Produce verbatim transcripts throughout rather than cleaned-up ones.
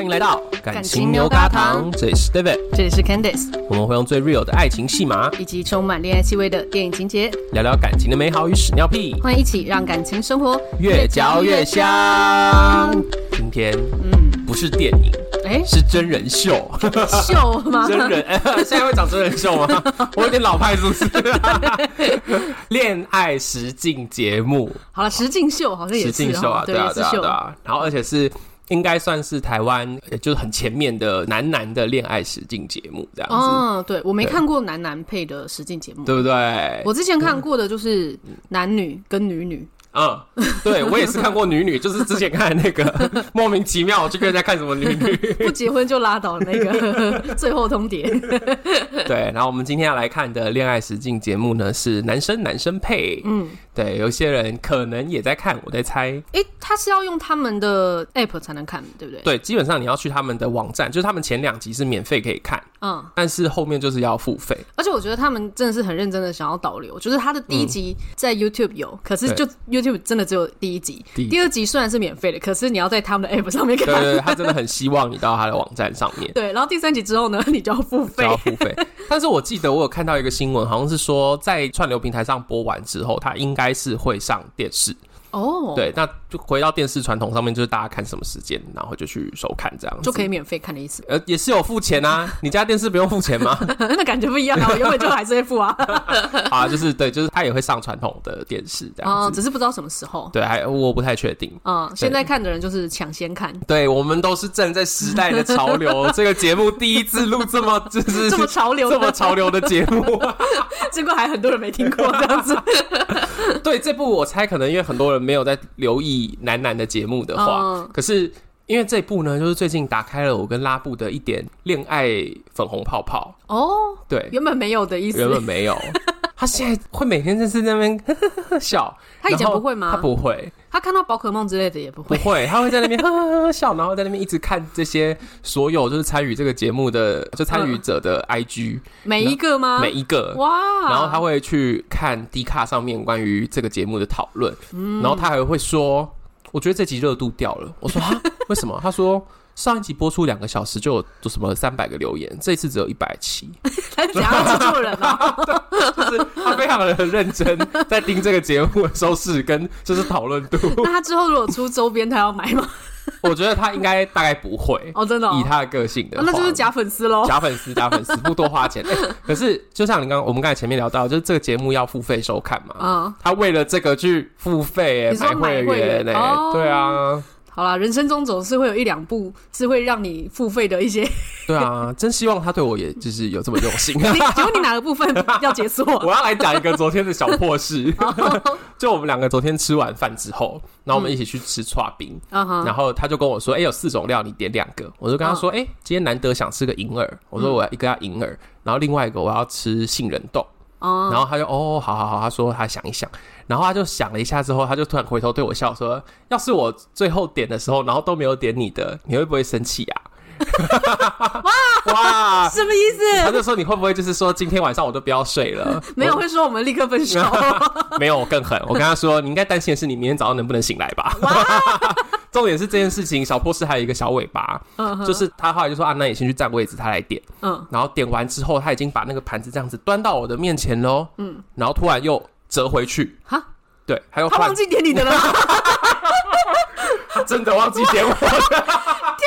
迎来到感情牛轧糖，这里是 David， 这里是 Candice， 我们会用最 real 的爱情戏码以及充满恋爱气味的电影情节， 聊聊感情的美好与屎尿屁， 欢迎一起让感情生活越嚼越香。今天嗯， 不是电影， 哎， 是真人秀。 秀吗？ 真人、欸、现在会讲真人秀吗？我有点老派，是不是？恋爱实境节目， 好了，实境秀好像也是实境秀啊， 对对啊，对啊， 对对啊。然后而且是应该算是台湾就是很前面的男男的恋爱实境节目这样子。 嗯，对，我没看过男男配的实境节目， 对不对？ 我之前看过的就是男女跟女女。 嗯，对，我也是看过女女，就是之前看那个莫名其妙我去跟人家看什么女女， 不结婚就拉倒那个最后通牒。 对，然后我们今天要来看的恋爱实境节目呢是男生男生配，嗯，对，有些人可能也在看，我在猜， 哎，他是要用他们的 app 才能看，对不对？ 对，基本上你要去他们的网站，就是他们前两集是免费可以看，嗯，但是后面就是要付费。 而且我觉得他们真的是很认真的想要导流，就是他的第一集在 YouTube 有，嗯、可是就 YouTube 真的只有第一集，第, 第二集虽然是免费的，可是你要在他们的 app 上面看。 对对对，他真的很希望你到他的网站上面。 对，然后第三集之后呢，你就要付费， 就要付费。但是我记得我有看到一个新闻，好像是说在串流平台上播完之后，它应该是会上电视。哦，对，那就回到电视传统上面，就是大家看什么时间，然后就去收看这样子， 就可以免费看的意思。 呃，也是有付钱啊，你家电视不用付钱吗？ 那感觉不一样啊，我永远就还是会付啊。 啊，就是对，就是他也会上传统的电视这样子， 哦，只是不知道什么时候。 对，还我不太确定。 嗯，现在看的人就是抢先看。 对，我们都是站在时代的潮流。这个节目第一次录这么就是这么潮流的这么潮流的节目， 结果还很多人没听过这样子。 对，这部我猜可能因为很多人没有在留意男男的节目的话，嗯、可是因为这部呢，就是最近打开了我跟拉布的一点恋爱粉红泡泡。哦，对， 原本没有的意思， 原本没有。他现在会每天就是在那边呵呵呵笑。 他以前不会吗？ 他不会。 他看到宝可梦之类的也不会。 不会，他会在那边呵呵呵笑，然后在那边一直看这些所有就是参与这个节目的就参与者的 I G、嗯、 每一个吗？ 每一个。哇！然后他会去看 D 卡上面关于这个节目的讨论、嗯，然后他还会说，我觉得这集热度掉了。我说啊，为什么？他说上一集播出两个小时就有什么三百个留言，这一次只有一百七。 他是怎样制作人啊？ 就是他非常的认真在盯这个节目的收视跟就是讨论度。 那他之后如果出周边，他要买吗？ 我觉得他应该大概不会哦，真的、哦，以他的个性的、哦， 那就是假粉丝咯。 假粉丝，假粉丝，不多花钱、欸。可是就像你刚刚我们刚才前面聊到，就是这个节目要付费收看嘛，嗯，他为了这个去付费、欸，买会员、欸，哎、哦，对啊。 好啦，人生中总是会有一两部是会让你付费的一些。 对啊，真希望他对我也就是有这么用心。 请问你哪个部分要解锁？ 我要来讲一个昨天的小破事。就我们两个昨天吃完饭之后，然后我们一起去吃剉冰、嗯，然后他就跟我说：“哎、欸，有四种料，你点两个。”我就跟他说：“哎、欸，今天难得想吃个银耳。”我说：“我要一个要银耳，然后另外一个我要吃杏仁豆。”然后他就哦，好好好，他说他想一想，然后他就想了一下之后，他就突然回头对我笑说：“要是我最后点的时候，然后都没有点你的，你会不会生气啊？” 哇哇，什么意思？ 他就说你会不会就是说今天晚上我都不要睡了？ 没有，会说我们立刻分手。 没有，我更狠，我跟他说你应该担心的是你明天早上能不能醒来吧。重点是这件事情，小破事还有一个小尾巴，嗯、就是他后来就说啊，那你先去占位置，他来点。嗯，然后点完之后，他已经把那个盘子这样子端到我的面前喽。嗯，然后突然又折回去。哈，对，还有他忘记点你的了。 他真的忘记点我的。 天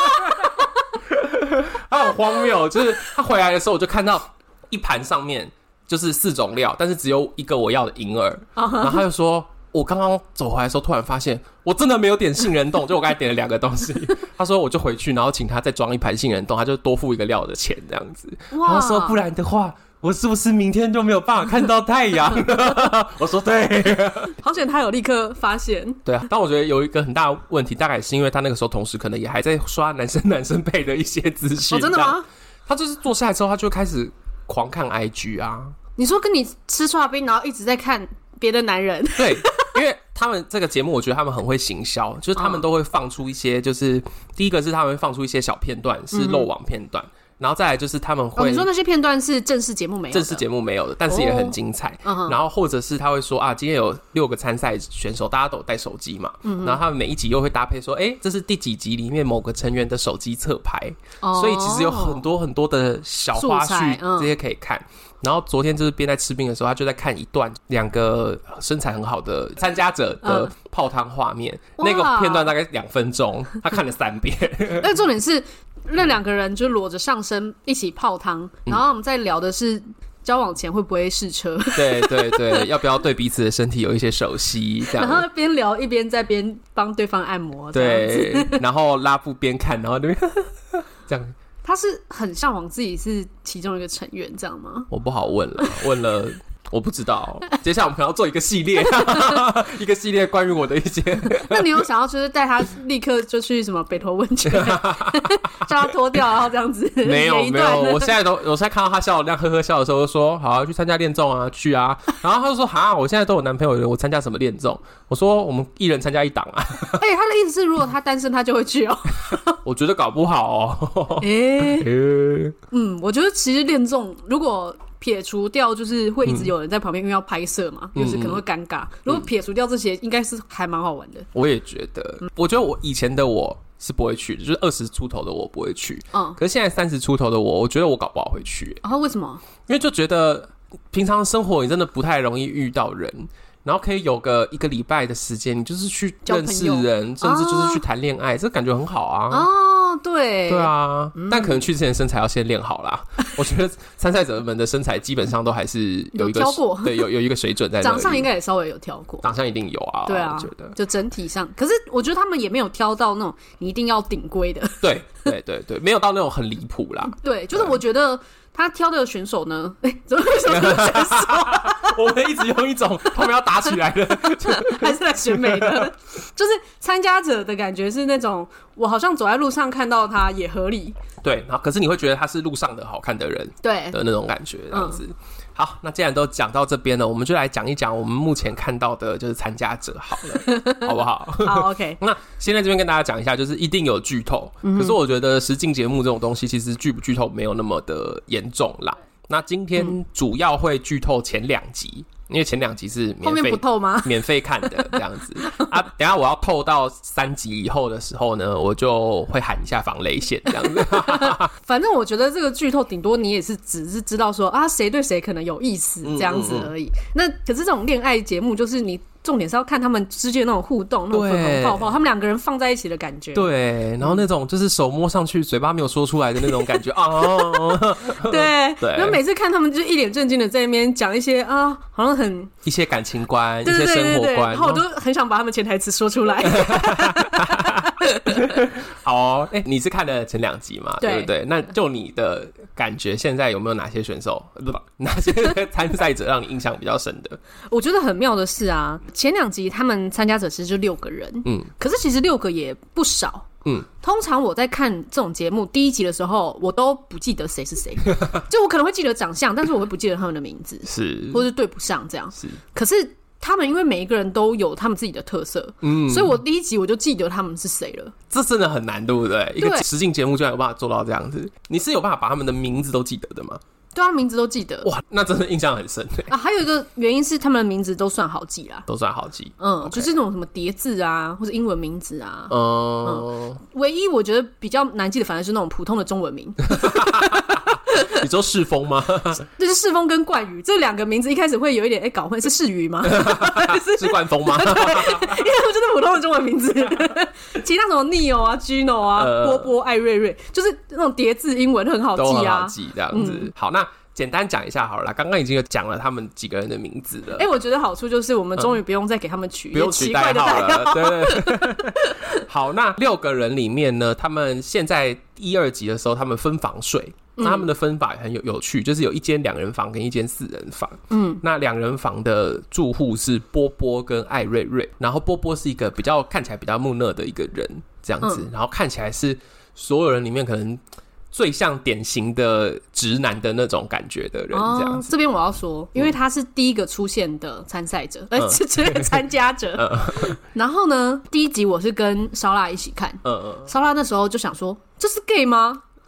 哪！他很荒谬，就是他回来的时候，我就看到一盘上面就是四种料，但是只有一个我要的银耳。Uh-huh. 然后他就说。我刚刚走回来的时候，突然发现我真的没有点杏仁冻，就我刚才点了两个东西。他说我就回去，然后请他再装一盘杏仁冻，他就多付一个料的钱这样子。然后说不然的话，我是不是明天就没有办法看到太阳了？我说对。 好险他有立刻发现。 对啊，但我觉得有一个很大的问题，大概是因为他那个时候同时可能也还在刷男生男生配的一些资讯。 哦，真的吗？ 他就是坐下来之后，他就开始狂看 I G 啊。 你说跟你吃剉冰，然后一直在看别的男人？ 对。因为他们这个节目我觉得他们很会行销，就是他们都会放出一些就是、嗯、第一个是他们会放出一些小片段是漏网片段、嗯、 然后再来就是他们会、 哦、你说那些片段是正式节目没有的， 正式节目没有的，但是也很精彩、哦、然后或者是他会说啊，今天有六个参赛选手，大家都有带手机嘛、嗯、然后他们每一集又会搭配说，哎，这是第几集里面某个成员的手机侧拍、哦、所以其实有很多很多的小花絮、嗯、这些可以看。然后昨天就是边在吃冰的时候，他就在看一段两个身材很好的参加者的泡汤画面、嗯、那个片段大概两分钟，他看了三遍。 那重点是那两个人就裸着上身一起泡汤、嗯、然后我们在聊的是交往前会不会试车，对对对，要不要对彼此的身体有一些熟悉这样， 然后边聊一边在边帮对方按摩， 对，然后拉布边看，然后那边这样。 他是很向往自己是其中一个成员这样吗？ 我不好问了，问了我不知道。接下来我们可能要做一个系列一个系列关于我的一些那你有想要就是带他立刻就去什么北投温泉叫他脱掉然后这样子？ 没有没有，我现在都我现在看到他笑那样呵呵笑的时候就说好啊，去参加恋综啊，去啊。然后他就说哈，我现在都有男朋友了，我参加什么恋综？我说我们一人参加一档啊。 哎、欸，他的意思是如果他单身他就会去哦。 我觉得搞不好哦。哎、 欸欸，嗯，我觉得其实恋综如果撇除掉就是会一直有人在旁边因为要拍摄嘛、嗯、就是可能会尴尬、嗯、如果撇除掉这些应该是还蛮好玩的。 我也觉得、嗯、我觉得我以前的我是不会去的，就是二十出头的我不会去、嗯、可是现在三十出头的我我觉得我搞不好会去。 啊、哦，为什么？ 因为就觉得平常生活你真的不太容易遇到人，然后可以有个一个礼拜的时间你就是去认识人，甚至就是去谈恋爱、啊、这感觉很好啊。 哦，对对啊、嗯、但可能去之前身材要先练好啦。我觉得参赛者们的身材基本上都还是有一个有挑过， 对，有有一个水准在那里。 长相应该也稍微有挑过， 长相一定有啊。 对啊，我觉得就整体上，可是我觉得他们也没有挑到那种你一定要顶规的。 对对对对，没有到那种很离谱啦。 对，就是我觉得他挑的选手呢，哎、欸，怎么会什么选手？ 我们一直用一种他们要打起来了， 还是来选美的，就是参加者的感觉是那种我好像走在路上看到他也合理。 对，然后可是你会觉得他是路上的好看的人，对的那种感觉，这样子。嗯，好，那既然都讲到这边了，我们就来讲一讲我们目前看到的就是参加者好了，好不好？ 好 ，OK。 那先在这边跟大家讲一下，就是一定有剧透、嗯，可是我觉得实境节目这种东西，其实剧不剧透没有那么的严重啦。那今天主要会剧透前两集。因为前两集是免费， 后面不透吗？ 免费看的这样子啊。等一下我要透到三集以后的时候呢，我就会喊一下防雷线这样子。 反正我觉得这个剧透顶多你也是只是知道说啊谁对谁可能有意思这样子而已。嗯嗯嗯，那可是这种恋爱节目就是你重点是要看他们之间的那种互动，那种粉红泡泡，他们两个人放在一起的感觉。对， 然后那种就是手摸上去，嘴巴没有说出来的那种感觉啊。 对对，然后每次看他们就一脸正经的在那边讲一些啊，好像很一些感情观，对对对对对，一些生活观， 然后我都很想把他们潜台词说出来。 好哦，哎、欸，你是看了前两集嘛？ 对, 对不对？那就你的感觉，现在有没有哪些选手，不不，哪些参赛者让你印象比较深的？ 我觉得很妙的是啊，前两集他们参加者其实就六个人，嗯，可是其实六个也不少。嗯，通常我在看这种节目第一集的时候，我都不记得谁是谁，就我可能会记得长相，但是我会不记得他们的名字，是，或是对不上这样。是，可是他们因为每一个人都有他们自己的特色，嗯，所以我第一集我就记得他们是谁了。这真的很难，对不对？一个实境节目居然有办法做到这样子，你是有办法把他们的名字都记得的吗？ 对啊，名字都记得。 哇，那真的印象很深啊！还有一个原因是他们的名字都算好记啦， 都算好记。 嗯， okay. 就是那种什么叠字啊，或者英文名字啊。嗯, 嗯，唯一我觉得比较难记的，反而是那种普通的中文名。 你说世峰吗？ 就是世峰跟冠宇这两个名字，一开始会有一点哎、欸、搞混，是世宇吗？ 是冠峰吗？ 对，因为他们就是普通的中文名字。其他什么 Neo 啊、Gino 啊、呃、波波、艾瑞瑞，就是那种叠字英文很好记啊， 都很好记这样子。嗯、好，那简单讲一下好了啦，刚刚已经有讲了他们几个人的名字了。 哎、欸，我觉得好处就是我们终于不用再给他们取一些奇怪的代号了。对对对。好，那六个人里面呢，他们现在一二集的时候，他们分房睡。那他们的分法也很有有趣，就是有一间两人房跟一间四人房。嗯，那两人房的住户是波波跟艾瑞瑞，然后波波是一个比较看起来比较木讷的一个人，这样子，嗯、然后看起来是所有人里面可能最像典型的直男的那种感觉的人，这样子。 哦、这边我要说，因为他是第一个出现的参赛者，呃、嗯，是这个参加者。嗯、然后呢，第一集我是跟烧腊一起看，嗯嗯，烧腊那时候就想说，这是 gay 吗？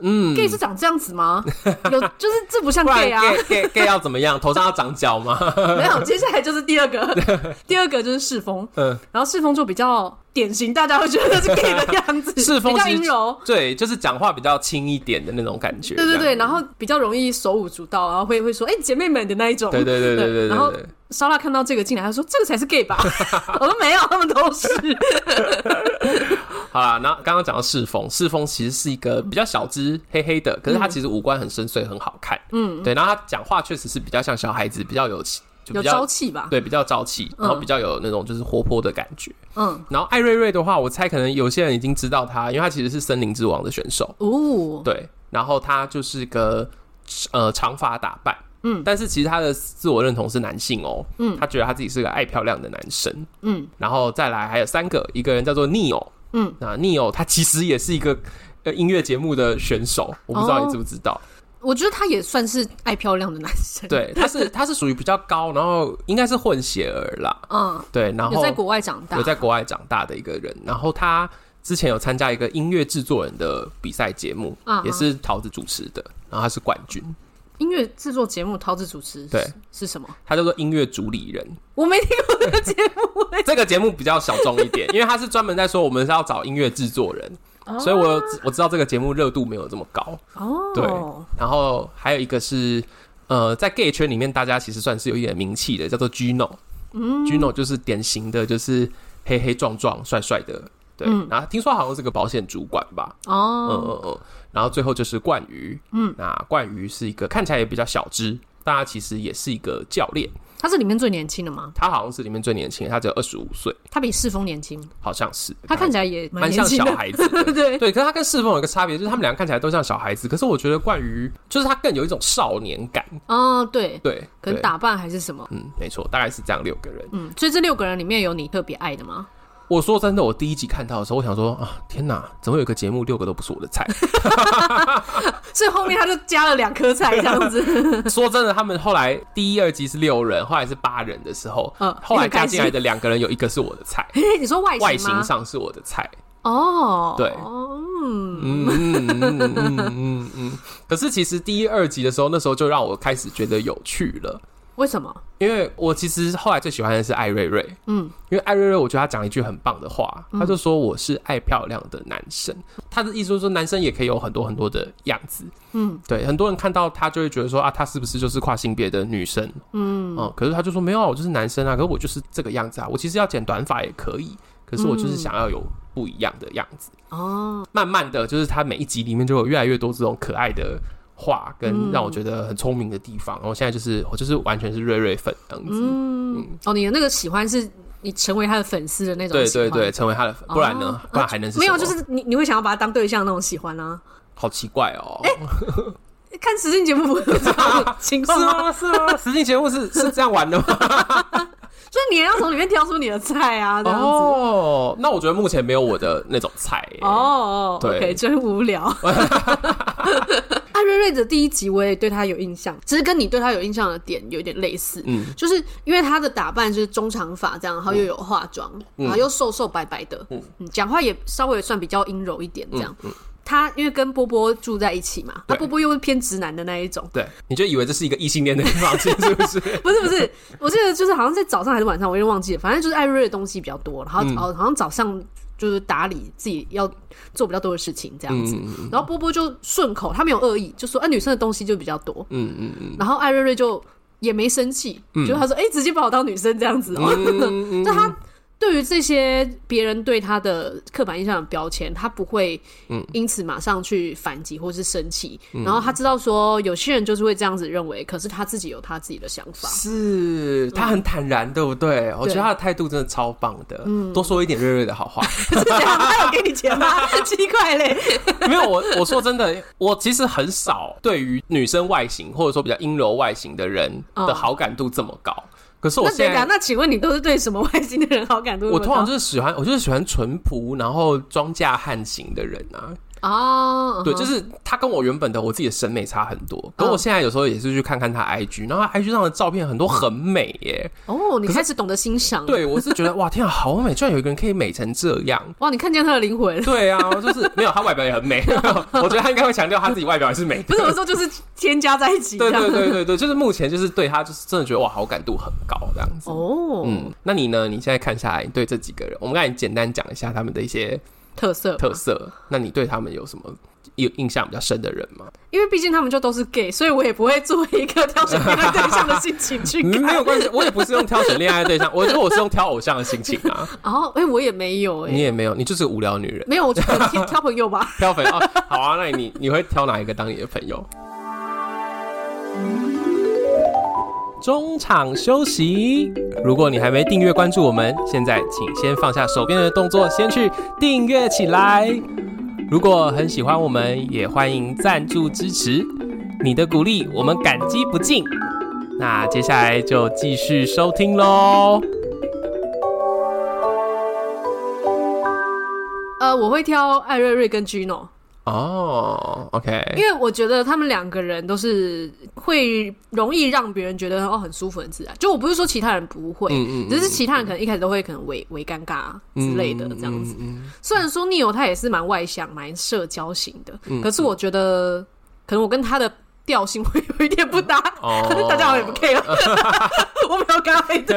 嗯 ，gay 是长这样子吗？有，就是这不像 gay 啊 gay, gay, gay 要怎么样？头上要长角吗？ 没有，接下来就是第二个，第二个就是世峰，嗯，然后世峰就比较典型，大家会觉得是 gay 的样子， 世峰比较阴柔， 对，就是讲话比较轻一点的那种感觉， 对对对，然后比较容易手舞足蹈，然后会会说，哎、欸，姐妹们的那一种， 对对对对 对, 对, 对， 然后烧腊看到这个进来，他说这个才是 gay 吧？我说没有，他们都是。 好啦，那刚刚讲到世峰，世峰其实是一个比较小只、黑黑的，可是他其实五官很深邃，很好看。嗯，对，然后他讲话确实是比较像小孩子，比较有就比较有朝气吧？ 对，比较朝气，然后比较有那种就是活泼的感觉。嗯，然后艾瑞瑞的话，我猜可能有些人已经知道他，因为他其实是森林之王的选手。哦，对，然后他就是个呃长发打扮。嗯，但是其实他的自我认同是男性哦，嗯，他觉得他自己是个爱漂亮的男生，嗯，然后再来还有三个，一个人叫做 Neo， 嗯，那 Neo 他其实也是一个呃音乐节目的选手，我不知道你知不知道？哦， 我觉得他也算是爱漂亮的男生， 对，他是他是属于比较高，然后应该是混血儿啦，嗯，对，然后有在国外长大， 有在国外长大的一个人，然后他之前有参加一个音乐制作人的比赛节目，嗯，也是桃子主持的，然后他是冠军。 音乐制作节目，桃子主持，对，是什么？ 他叫做音乐主理人。 我没听过这个节目，欸， 这个节目比较小众一点，因为他是专门在说我们是要找音乐制作人，哦，所以我我知道这个节目热度没有这么高。哦，对。然后还有一个是，呃，在 gay 圈里面，大家其实算是有一点名气的，叫做 Gino。嗯 ，Gino 就是典型的，就是黑黑壮壮、帅帅的。对，嗯，然后听说好像是个保险主管吧。哦，嗯嗯嗯。然后最后就是冠瑜，嗯，那冠瑜是一个看起来也比较小只，但他其实也是一个教练。 他是里面最年轻的吗？ 他好像是里面最年轻的，他只有二十五岁。 他比世峰年轻， 好像是。 他看起来也蛮像小孩子的， 对对。可是他跟世峰有一个差别，就是他们两个看起来都像小孩子，可是我觉得冠瑜就是他更有一种少年感。 哦，对对， 可能打扮还是什么。 嗯，没错，大概是这样六个人。 嗯，所以这六个人里面有你特别爱的吗？ 我说真的，我第一集看到的时候，我想说啊，天哪，怎么有一个节目六个都不是我的菜？ 所以后面他就加了两颗菜这样子。 说真的，他们后来第一、二集是六人，后来是八人的时候，嗯，后来加进来的两个人有一个是我的菜。 你说外形吗？ 外形上是我的菜。 哦， 对，嗯嗯嗯嗯嗯嗯。可是其实第一、二集的时候，那时候就让我开始觉得有趣了。 为什么？ 因为我其实后来最喜欢的是艾瑞瑞，嗯，因为艾瑞瑞我觉得他讲了一句很棒的话，嗯，他就说我是爱漂亮的男生，他的意思就是说男生也可以有很多很多的样子，嗯，对，很多人看到他就会觉得说啊，他是不是就是跨性别的女生，嗯嗯，可是他就说没有啊，我就是男生啊，可是我就是这个样子啊，我其实要剪短发也可以，可是我就是想要有不一样的样子，哦，慢慢的就是他每一集里面就有越来越多这种可爱的话跟让我觉得很聪明的地方，然后现在就是我就是完全是瑞瑞粉这样子。嗯，嗯哦， 你的那个喜欢是你成为他的粉丝的那种喜欢， 对对对，成为他的粉，不然呢？哦，不然还能是什么？ 没有，就是你你会想要把他当对象那种喜欢啊。 好奇怪哦！ 欸，看实境节目不会有这种情况吗？ 是吗？是吗？实境节目是是这样玩的吗？ 所以你也要从里面挑出你的菜啊，这样子。 哦，那我觉得目前没有我的那种菜，欸。哦，对 ，OK， 真无聊。艾瑞瑞的第一集我也对他有印象，其实跟你对他有印象的点有点类似，嗯，就是因为他的打扮就是中长发这样，然后又有化妆，嗯，然后又瘦瘦白白的，嗯，讲话也稍微算比较阴柔一点这样。嗯嗯，他因为跟波波住在一起嘛，他波波又是偏直男的那一种， 对，你就以为这是一个异性恋的房间是不是？ 不是不是，我记得就是好像在早上还是晚上，我有点忘记了，反正就是艾瑞瑞的东西比较多，然后，嗯，好像早上就是打理自己要做比较多的事情这样子，嗯嗯，然后波波就顺口，他没有恶意，就说啊女生的东西就比较多，嗯嗯嗯，然后艾瑞瑞就也没生气，嗯，就他说哎，欸，直接把我当女生这样子，哦，嗯，就他。对于这些别人对他的刻板印象的标签，他不会因此马上去反击或是生气，嗯，然后他知道说有些人就是会这样子认为，可是他自己有他自己的想法， 是他很坦然，嗯，对不对？我觉得他的态度真的超棒的，嗯，多说一点瑞瑞的好话。 是这样，他有给你钱吗？奇怪嘞。 没有，我我说真的，我其实很少对于女生外形或者说比较阴柔外形的人的好感度这么高。哦，可是我现在， 那请问你都是对什么外形的人好感度？ 我通常就是喜欢，我就是喜欢淳朴，然后庄稼汉型的人啊。 哦， uh-huh. 对，就是他跟我原本的我自己的审美差很多，可我现在有时候也是去看看他 I G， 然后他 I G 上的照片很多很美耶。 哦，你开始懂得欣赏。 对，我是觉得哇，天啊，好美！居然有一个人可以美成这样。 哇，你看见他的灵魂。 对啊，就是没有他外表也很美，我觉得他应该会强调他自己外表也是美的。 不是，我说就是添加在一起。 对对对对对，就是目前就是对他就是真的觉得哇，好感度很高这样子。哦，嗯，那你呢？你现在看下来，你对这几个人，我们刚才简单讲一下他们的一些特色特色。那你对他们有什么有印象比较深的人吗？ 因为毕竟他们就都是 gay， 所以我也不会作为一个挑选恋爱对象的心情去看。 没有关系，我也不是用挑选恋爱对象，我觉得我是用挑偶像的心情啊。 哦，哎、欸，我也没有哎、欸， 你也没有，你就是个无聊女人。 没有，我就挑挑朋友吧。 挑朋友、哦，好啊，那你你会挑哪一个当你的朋友？中场休息。如果你还没订阅关注我们，现在请先放下手边的动作，先去订阅起来。如果很喜欢我们，也欢迎赞助支持，你的鼓励我们感激不尽。那接下来就继续收听咯。 呃，我会挑艾瑞瑞跟 Gino。 哦、oh, ，OK， 因为我觉得他们两个人都是会容易让别人觉得哦很舒服很自然。就我不是说其他人不会，嗯嗯嗯，只是其他人可能一开始都会可能微微尴尬之类的这样子。嗯嗯嗯，虽然说 Neo 他也是蛮外向、蛮社交型的，嗯嗯，可是我觉得可能我跟他的调性会有一点不搭，哦、可是大家好像也不 care， 我没有跟他配对。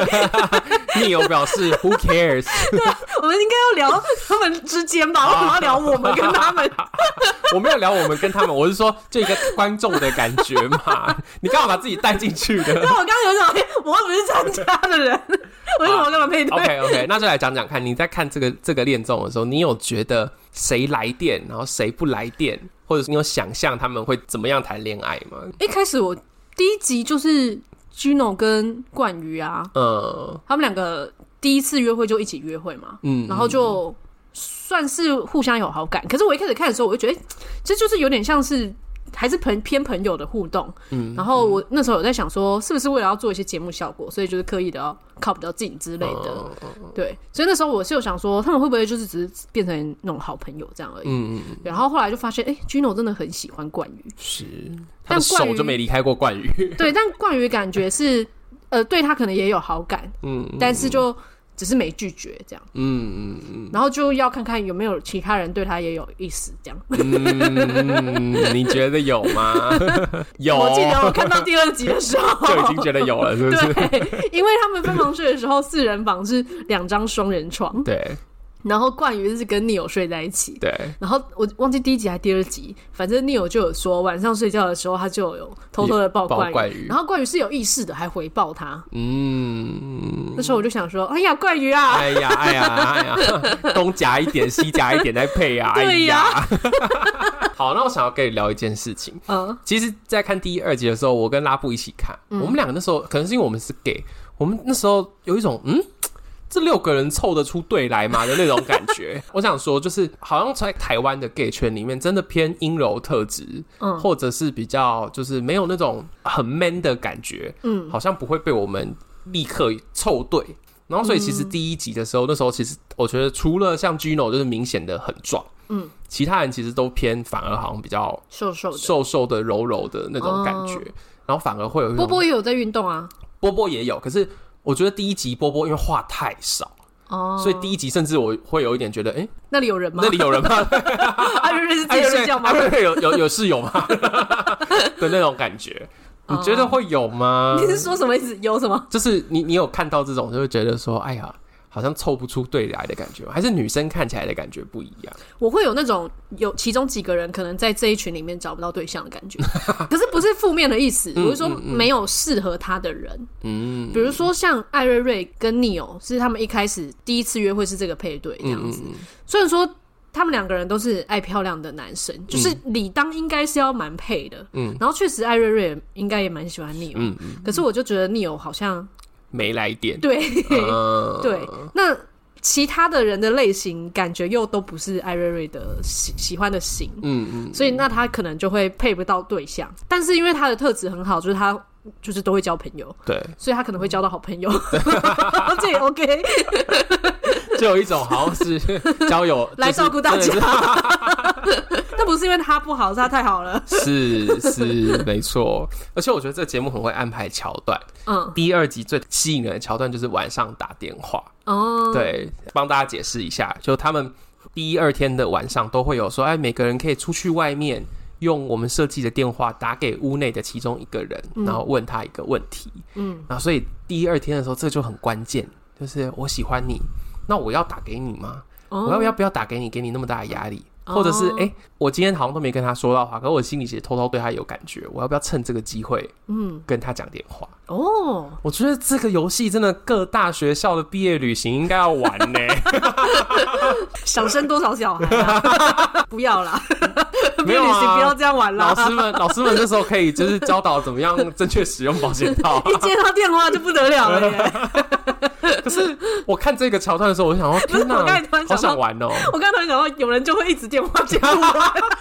Neo 表示 Who cares？ 对，我们应该要聊他们之间吧，为什么要聊我们跟他们？ 我没有聊我们跟他们，我是说就一个观众的感觉嘛。你干嘛把自己带进去的？ 对，我刚刚有一种我又不是参加的人，为什么跟他们配对、 啊、？OK OK， 那就来讲讲看，你在看这个这个恋综的时候，你有觉得谁来电，然后谁不来电？或者是你有想象他们会怎么样谈恋爱吗？ 一开始我第一集就是 Gino 跟冠瑜啊，嗯，他们两个第一次约会就一起约会嘛，嗯，然后就算是互相有好感。可是我一开始看的时候，我就觉得这就是有点像是还是偏朋友的互动，嗯，然后我那时候有在想说，是不是为了要做一些节目效果，所以就是刻意的要靠比较近之类的，嗯、对，所以那时候我是有想说，他们会不会就是只是变成那种好朋友这样而已，嗯嗯，然后后来就发现，哎、欸、，Gino 真的很喜欢冠瑜， 是，他的手就没离开过冠瑜， 对，但冠瑜感觉是，呃，对他可能也有好感，嗯，但是就。只是没拒绝这样，嗯嗯嗯，然后就要看看有没有其他人对他也有意思这样。 嗯，你觉得有吗？有， 我记得我看到第二集的时候就已经觉得有了，是不是？ 对，因为他们分房睡的时候，四人房是两张双人床， 对。 然后冠瑜是跟 Neo 睡在一起， 对。 然后我忘记第一集还是第二集，反正 Neo 就有说晚上睡觉的时候他就有偷偷的抱冠瑜，冠瑜然后冠瑜是有意识的，还回抱他。嗯，那时候我就想说，哎呀，冠瑜啊， 哎呀，哎呀，哎呀，东夹一点，西夹一点再配啊，对呀。哎、好，那我想要跟你聊一件事情。嗯，其实，在看第一、二集的时候，我跟拉布一起看，嗯、我们两个那时候可能是因为我们是 gay， 我们那时候有一种嗯。这六个人凑得出对来吗的那种感觉？我想说，就是好像在台湾的 gay 圈里面，真的偏阴柔特质，嗯，或者是比较就是没有那种很 man 的感觉，嗯，好像不会被我们立刻凑对。然后，所以其实第一集的时候，嗯、那时候其实我觉得，除了像 Gino 就是明显的很壮，嗯，其他人其实都偏反而好像比较瘦瘦的、 瘦瘦的、柔柔的那种感觉，哦、然后反而会有一种波波也有在运动啊， 波波也有，可是。我觉得第一集波波因为话太少，哦，所以第一集甚至我会有一点觉得，哎、欸， 那里有人吗？ 那里有人吗？ 艾瑞瑞是自己睡觉吗？ 艾瑞瑞有有有室友吗？的那种感觉，你觉得会有吗？ 你是说什么意思？有什么？ 就是你你有看到这种，就会觉得说，哎呀。好像凑不出对来的感觉，还是女生看起来的感觉不一样？ 我会有那种有其中几个人可能在这一群里面找不到对象的感觉，可是不是负面的意思，我是说没有适合他的人。嗯，比如说像艾瑞瑞跟 Neo 是他们一开始第一次约会是这个配对这样子，嗯嗯嗯虽然说他们两个人都是爱漂亮的男生，就是理当应该是要蛮配的。嗯，然后确实艾瑞瑞应该也蛮喜欢 Neo，嗯嗯，可是我就觉得 Neo 好像。 没来电， 对、uh... 对，那其他的人的类型感觉又都不是艾瑞瑞的喜喜欢的型，嗯嗯，所以那他可能就会配不到对象。但是因为他的特质很好，就是他就是都会交朋友， 对， 所以他可能会交到好朋友，这也 OK。 就有一种好像是交友、就是、 来照顾大家。但不是因为他不好，是他太好了。 是是没错，而且我觉得这个节目很会安排桥段。嗯，第二集最吸引人的桥段就是晚上打电话。哦，对，帮大家解释一下，就他们第一二天的晚上都会有说，哎，每个人可以出去外面用我们设计的电话打给屋内的其中一个人，嗯、然后问他一个问题。嗯，然后所以第一二天的时候，这就很关键，就是我喜欢你，那我要打给你吗？哦、我要要不要打给你，给你那么大的压力？或者是哎、欸，我今天好像都没跟他说到话，可是我心里其实偷偷对他有感觉，我要不要趁这个机会，嗯，跟他讲电话？哦，我觉得这个游戏真的各大学校的毕业旅行应该要玩呢。 想生多少小孩、啊？不要啦，毕业旅行不要这样玩啦。 老师们，老师们这时候可以就是教导怎么样正确使用保险套。 一接到电话就不得了了耶。 可是我看这个桥段的时候，我就想说，天哪，好想玩哦！ 我刚才突然想到，有人就会一直电话接我，怎么又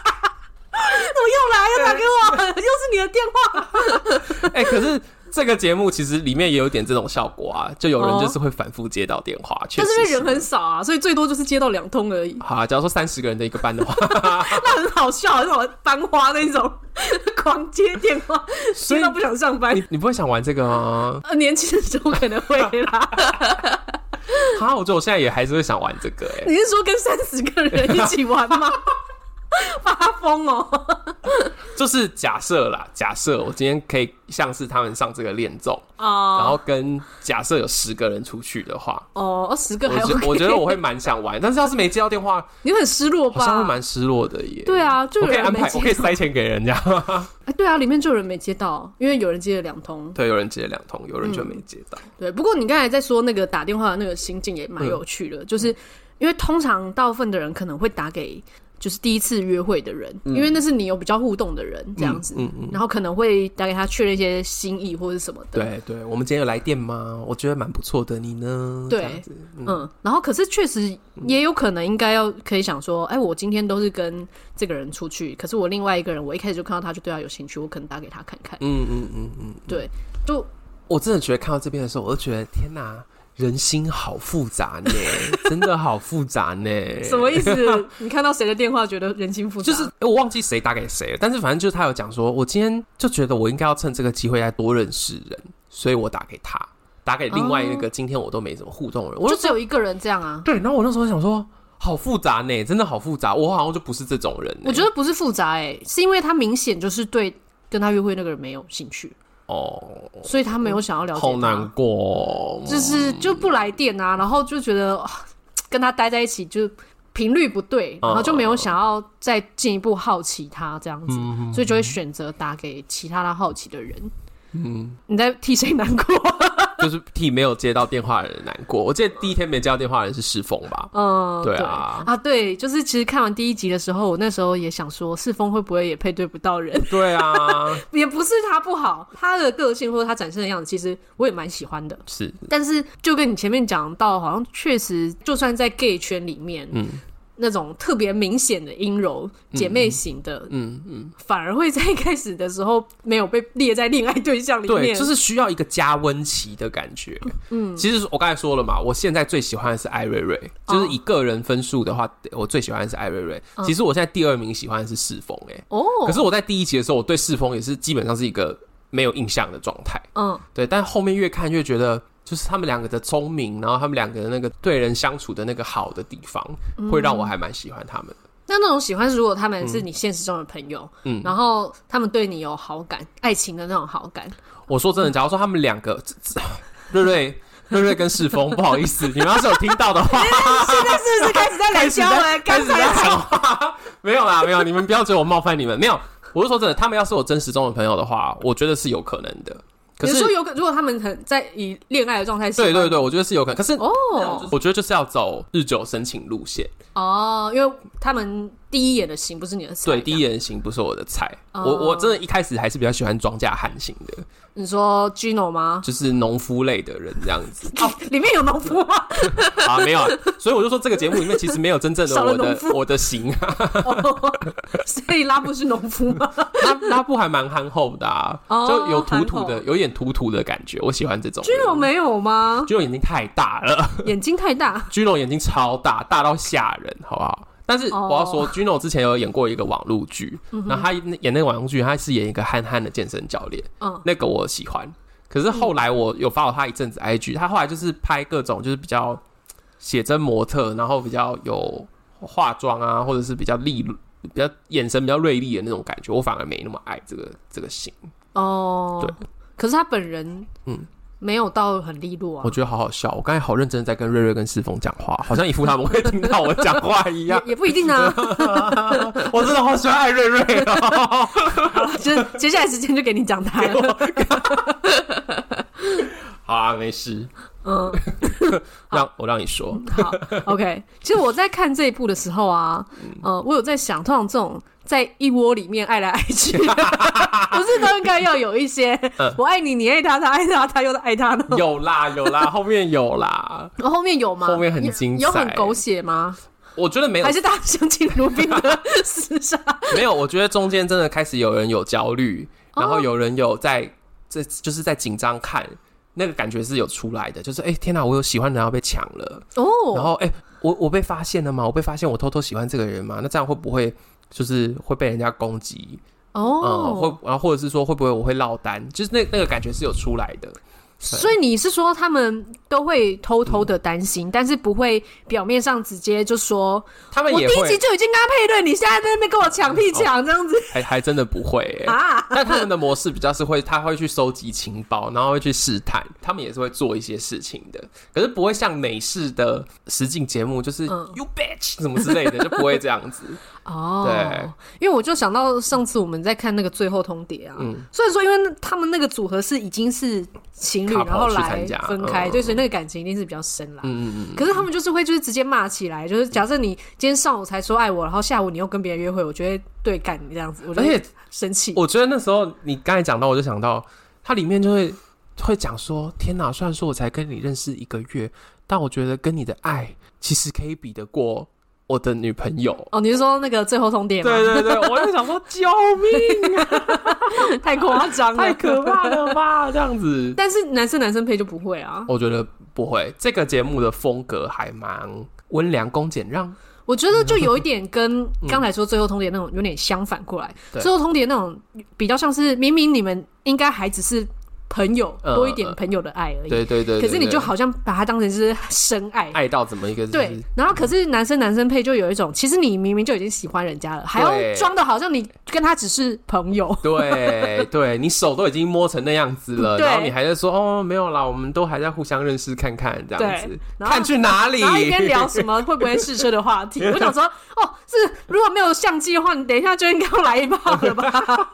来要打给我？又是你的电话？ 哎、欸，可是这个节目其实里面也有点这种效果啊，就有人就是会反复接到电话，确、哦、 但是因为人很少啊，所以最多就是接到两通而已。 好、啊，假如说三十个人的一个班的话， 那很好笑，那种班花那种狂接电话，接到不想上班。 你你不会想玩这个吗？ 呃，年轻的时候可能会啦。 哈，我觉得我现在也还是会想玩这个、欸。 你是说跟三十个人一起玩吗？发疯哦！ 就是假设啦，假设我今天可以像是他们上这个恋综哦，然后跟假设有十个人出去的话， 哦，十个还 OK， 我觉, 我觉得我会蛮想玩，但是要是没接到电话， 你会很失落吧？ 好像会蛮失落的耶。 对啊，就有人我可以安排，我可以塞钱给人家。 哎，对啊，里面就有人没接到，因为有人接了两通， 对，有人接了两通，有人就没接到、嗯。 对，不过你刚才在说那个打电话的那个心境也蛮有趣的，嗯、就是因为通常大部分的人可能会打给。就是第一次约会的人、嗯、因为那是你有比较互动的人这样子、嗯嗯嗯、然后可能会打给他确认一些心意或者什么的。 对对，我们今天有来电吗？我觉得蛮不错的，你呢？ 对，嗯, 嗯，然后可是确实也有可能应该要可以想说，哎，我今天都是跟这个人出去，可是我另外一个人我一开始就看到他就对他有兴趣，我可能打给他看看。嗯嗯嗯嗯，对，就我真的觉得看到这边的时候，我就觉得天哪，人心好复杂呢，真的好复杂呢。 什么意思？你看到谁的电话觉得人心复杂？ 就是我忘记谁打给谁了，但是反正就是他有讲说，我今天就觉得我应该要趁这个机会再多认识人，所以我打给他，打给另外一个今天我都没怎么互动的人， 哦、就只有一个人这样啊。 对，然后我那时候想说，好复杂呢，真的好复杂，我好像就不是这种人。 我觉得不是复杂哎，是因为他明显就是对跟他约会那个人没有兴趣。哦，所以他没有想要了解他， 好难过， 就是就不来电啊，然后就觉得、哦、跟他待在一起就频率不对，然后就没有想要再进一步好奇他这样子，嗯、所以就会选择打给其他他好奇的人。嗯，你在替谁难过？ 就是替没有接到电话的人难过。我记得第一天没接到电话的人是世峰吧？嗯，对啊， 对啊，对，就是其实看完第一集的时候，我那时候也想说，世峰会不会也配对不到人？ 对啊， 也不是他不好，他的个性或者他展现的样子，其实我也蛮喜欢的。 是， 但是就跟你前面讲到，好像确实，就算在 gay 圈里面，嗯。那种特别明显的阴柔姐妹型的，嗯嗯，反而会在一开始的时候没有被列在恋爱对象里面， 对，就是需要一个加温期的感觉。嗯，其实我刚才说了嘛，我现在最喜欢的是艾瑞瑞，就是以个人分数的话，我最喜欢的是艾瑞瑞。嗯、其实我现在第二名喜欢的是世峰，哎，哦，可是我在第一集的时候，我对世峰也是基本上是一个没有印象的状态，嗯，对，但后面越看越觉得。就是他们两个的聪明，然后他们两个的那个对人相处的那个好的地方，嗯、会让我还蛮喜欢他们的。 那那种喜欢是如果他们是你现实中的朋友，嗯，然后他们对你有好感，爱情的那种好感。 我说真的，假如说他们两个，瑞瑞。瑞瑞跟世峰，不好意思，你们要是有听到的话， 现在是不是开始在冷笑了？ 开始在讲话，没有啦，没有，你们不要觉得我冒犯你们，没有。我是说真的，他们要是我真实中的朋友的话，我觉得是有可能的。 可是，你说有可如果他们很在以恋爱的状态， 对对对，我觉得是有可能。可是哦，我觉得就是要走日久生情路线哦，因为他们第一眼的型不是你的菜。 对，第一眼的型不是我的菜。哦、我我真的一开始还是比较喜欢庄稼汉型的。 你说 Gino 吗？ 就是农夫类的人这样子。 哦，里面有农夫吗？ 啊，没有啊。所以我就说这个节目里面其实没有真正的我的我的型啊。 哦、所以拉布是农夫吗？ 拉拉布还蛮憨厚的啊，哦、就有土土的，有点土土的感觉，我喜欢这种。 Gino 没有吗 ？Gino 眼睛太大了， 眼睛太大。 Gino 眼睛超大，大到吓人，好不好？但是我要说、oh. Gino 之前有演过一个网路剧，然后他演那个网路剧，他是演一个憨憨的健身教练，嗯，那个我喜欢。可是后来我有 follow 他一阵子 I G， 他后来就是拍各种就是比较写真模特，然后比较有化妆啊，或者是比较利、比较眼神比较锐利的那种感觉，我反而没那么爱这个这个型。 哦、oh. ，对。可是他本人，嗯。没有到很利落啊， 我觉得好好笑。我刚才好认真的在跟瑞瑞跟世峰讲话，好像一副他们会听到我讲话一样。 也, 也不一定啊。 我真的好喜欢爱瑞瑞哦。 好，就接下来时间就给你讲他了。 好啊，没事。嗯，让我让你说。 好 ，OK。其实我在看这一部的时候啊，呃，我有在想，通常这种在一窝里面爱来爱去，不是都应该要有一些、嗯、我爱你，你爱他，他爱他，他又爱他呢？ 有啦，有啦，后面有啦。 哦、后面有吗？ 后面很精彩， 有很狗血吗？ 我觉得没有， 还是大家相敬如宾的厮杀？ 没有，我觉得中间真的开始有人有焦虑，然后有人有在这就是在紧张看。那个感觉是有出来的，就是哎、欸、天哪，我有喜欢的人要被抢了哦，然后哎、欸、我我被发现了吗？我被发现我偷偷喜欢这个人吗？那这样会不会就是会被人家攻击哦？嗯，会然后或者是说会不会我会落单？就是那那个感觉是有出来的。 所以你是说他们都会偷偷的担心、嗯，但是不会表面上直接就说他们也会， 我第一集就已经跟他配对，你现在在那边跟我抢屁抢、哦、这样子， 还还真的不会欸啊！但他们的模式比较是会，他会去收集情报，然后会去试探，他们也是会做一些事情的，可是不会像美式的实境节目，就是、嗯、you bitch 什么之类的，就不会这样子。 哦，对，因为我就想到上次我们在看那个最后通牒啊，嗯，所以说因为他们那个组合是已经是情侣，然后来分开，对，所以那个感情一定是比较深啦。嗯嗯嗯。可是他们就是会就是直接骂起来，就是假设你今天上午才说爱我，然后下午你又跟别人约会，我觉得对干你这样子，我觉得生气。 我觉得那时候你刚才讲到，我就想到它里面就会会讲说，天哪，虽然说我才跟你认识一个月，但我觉得跟你的爱其实可以比得过我的女朋友。 哦，你是说那个最后通牒吗？ 对对对，我就想说救命啊， 太夸张了， 太可怕了吧，这样子。 但是男生男生配就不会啊， 我觉得不会。这个节目的风格还蛮温良恭俭让， 我觉得就有一点跟刚才说最后通牒那种有点相反过来。最后通牒那种比较像是明明你们应该还只是朋友，多一点朋友的爱而已。 对对 对, 对, 对, 对。 可是你就好像把它当成是深爱， 爱到怎么一个、就是？ 对。然后可是男生男生配就有一种，其实你明明就已经喜欢人家了，还要装的好像你跟他只是朋友。 对对，你手都已经摸成那样子了，然后你还在说哦没有啦，我们都还在互相认识看看这样子，看去哪里？ 然后一边聊什么会不会试车的话题。我想说哦，是如果没有相机的话，你等一下就应该要来一炮了吧？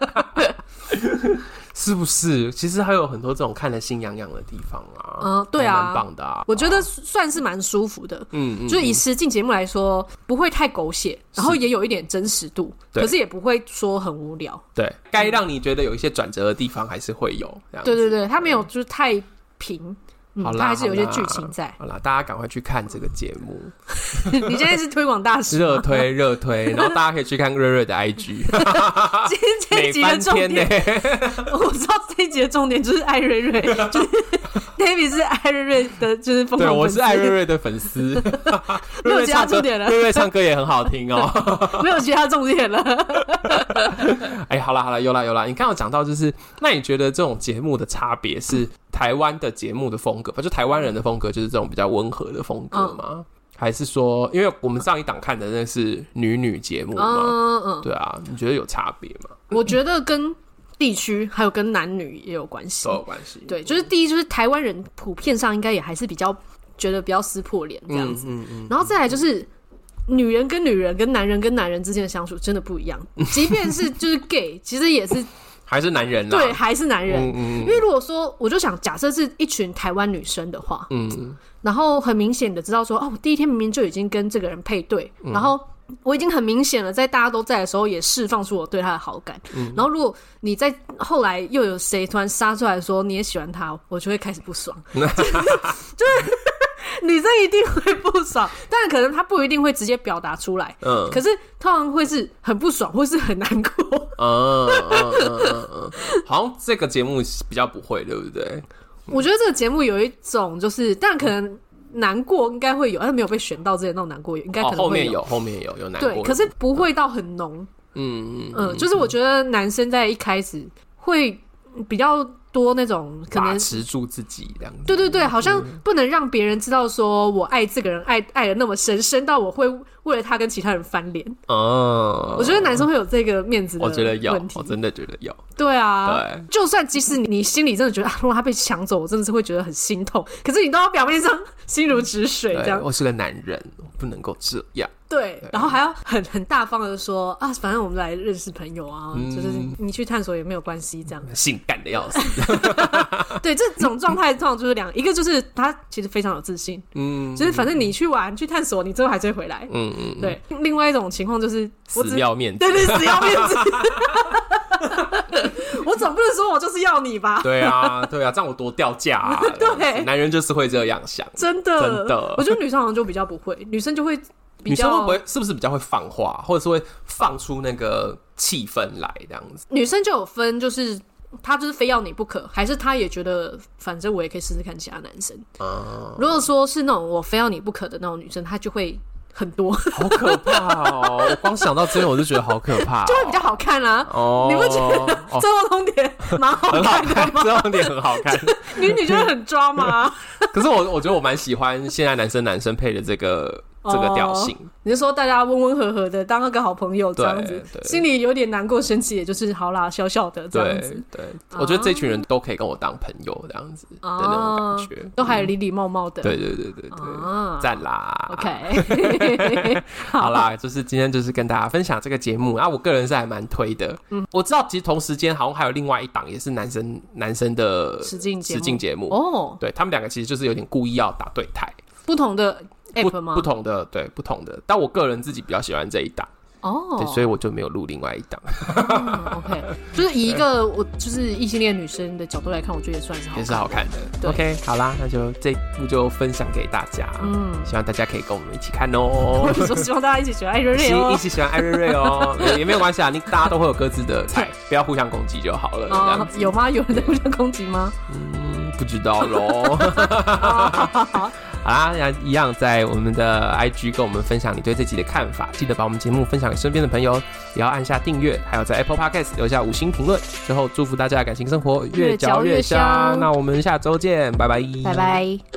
是不是？其实还有很多这种看得心痒痒的地方啊。嗯， 对啊， 蛮棒的啊。 我觉得算是蛮舒服的。嗯嗯，就是以实境节目来说，不会太狗血，然后也有一点真实度，可是也不会说很无聊。 对，该让你觉得有一些转折的地方还是会有。 对对对，它没有就是太平。嗯、好啦，它还是有一些剧情在。 好啦，大家赶快去看这个节目。 你现在是推广大使， 热推热推，然后大家可以去看瑞瑞的 I G。 今天这一集的重点，我知道这一集的重点就是爱瑞瑞，就是 David 是爱瑞瑞的，就是疯狂粉丝。对， 我是爱瑞瑞的粉丝。 没有其他重点了， 瑞瑞唱歌也很好听哦。 没有其他重点了。 哎，好啦好啦，有啦有啦。你刚刚有讲到，就是那你觉得这种节目的差别是台湾的节目的风格，就台湾人的风格就是这种比较温和的风格吗？嗯、还是说，因为我们上一档看的那是女女节目嘛？嗯嗯，对啊，你觉得有差别吗？ 我觉得跟地区还有跟男女也有关系， 都有关系。 对，就是第一，就是台湾人普遍上应该也还是比较觉得比较撕破脸这样子，嗯嗯嗯，然后再来就是女人跟女人跟男人跟男人之间的相处真的不一样，即便是就是 gay， 其实也是。 还是男人啦， 对，还是男人。嗯嗯，因为如果说，我就想假设是一群台湾女生的话，嗯，然后很明显的知道说，哦，第一天明明就已经跟这个人配对，嗯、然后我已经很明显了，在大家都在的时候也释放出我对他的好感。嗯、然后如果你在后来又有谁突然杀出来说你也喜欢他，我就会开始不爽。就是就是女生一定会不爽，但可能她不一定会直接表达出来。嗯，可是通常会是很不爽，或是很难过。 嗯嗯嗯嗯嗯，好像这个节目比较不会，对不对？ 我觉得这个节目有一种就是，但可能。难过应该会有，但没有被选到之前那种难过，应该可能会有、哦、 后面有，后面有有难过， 对，可是不会到很浓。嗯嗯，就是我觉得男生在一开始会比较多那种可能把持住自己这样子， 对对对，好像不能让别人知道说我爱这个人爱爱的那么深，深到我会为了他跟其他人翻脸。哦，我觉得男生会有这个面子的问题， 我觉得有，我真的觉得有。 对啊，对，就算即使你心里真的觉得啊，如果他被抢走，我真的是会觉得很心痛，可是你都要表面上心如止水这样。 我是个男人，我不能够这样。 对，然后还要很很大方的说啊，反正我们来认识朋友啊，嗯、就是你去探索也没有关系，这样性感的要死。 对，这种状态通常就是两，一个就是他其实非常有自信，嗯，就是反正你去玩去探索，你最后还是会回来，嗯嗯，对。另外一种情况就是死要面子， 对对，死要面子。我总不能说我就是要你吧？ 对啊，对啊，这样我多掉价啊！ 对， 男人就是会这样想， 真的真的。 我觉得女生好像就比较不会，女生就会。 女生会不会是不是比较会放话，或者是会放出那个气氛来这样子？ 女生就有分，就是她就是非要你不可，还是她也觉得反正我也可以试试看其他男生。嗯、如果说是那种我非要你不可的那种女生，她就会很多， 好可怕哦！我光想到这边我就觉得好可怕、哦， 就会比较好看啊。哦，你不觉得《最后通牒》蛮好看的吗？ 《最后通牒》很好看， 女女就会很抓吗？ 可是我我觉得我蛮喜欢现在男生男生配的这个。这个调性、哦， 你是说大家温温和和的当那个好朋友这样子，心里有点难过生气，也就是好啦，小小的这样子。 对，对哦、我觉得这群人都可以跟我当朋友这样子的那种感觉， 哦、都还礼礼貌貌的。 对对对对对，赞、哦、啦 ！OK， 好, 好啦，就是今天就是跟大家分享这个节目啊，我个人是还蛮推的。嗯，我知道其实同时间好像还有另外一档也是男生男生的实境实境节目哦，对他们两个其实就是有点故意要打对台， 不同的。 不, 不同的对不同的，但我个人自己比较喜欢这一档哦，对，所以我就没有录另外一档。 哦、OK， 就是以一个我就是异性恋女生的角度来看，我觉得也算是好看的， 也是好看的。OK， 好啦，那就这部就分享给大家，嗯，希望大家可以跟我们一起看哦。 我说希望大家一起喜欢艾瑞瑞哦， 一起喜欢艾瑞瑞哦，也没有关系啊，你大家都会有各自的菜，不要互相攻击就好了。哦， 有吗？有人在互相攻击吗？ 嗯，不知道咯。好啦，一样在我们的 I G 跟我们分享你对这集的看法，记得把我们节目分享给身边的朋友，也要按下订阅，还有在 Apple Podcast 留下五星评论。最后祝福大家的感情生活越嚼越香，那我们下周见，拜拜， 拜拜。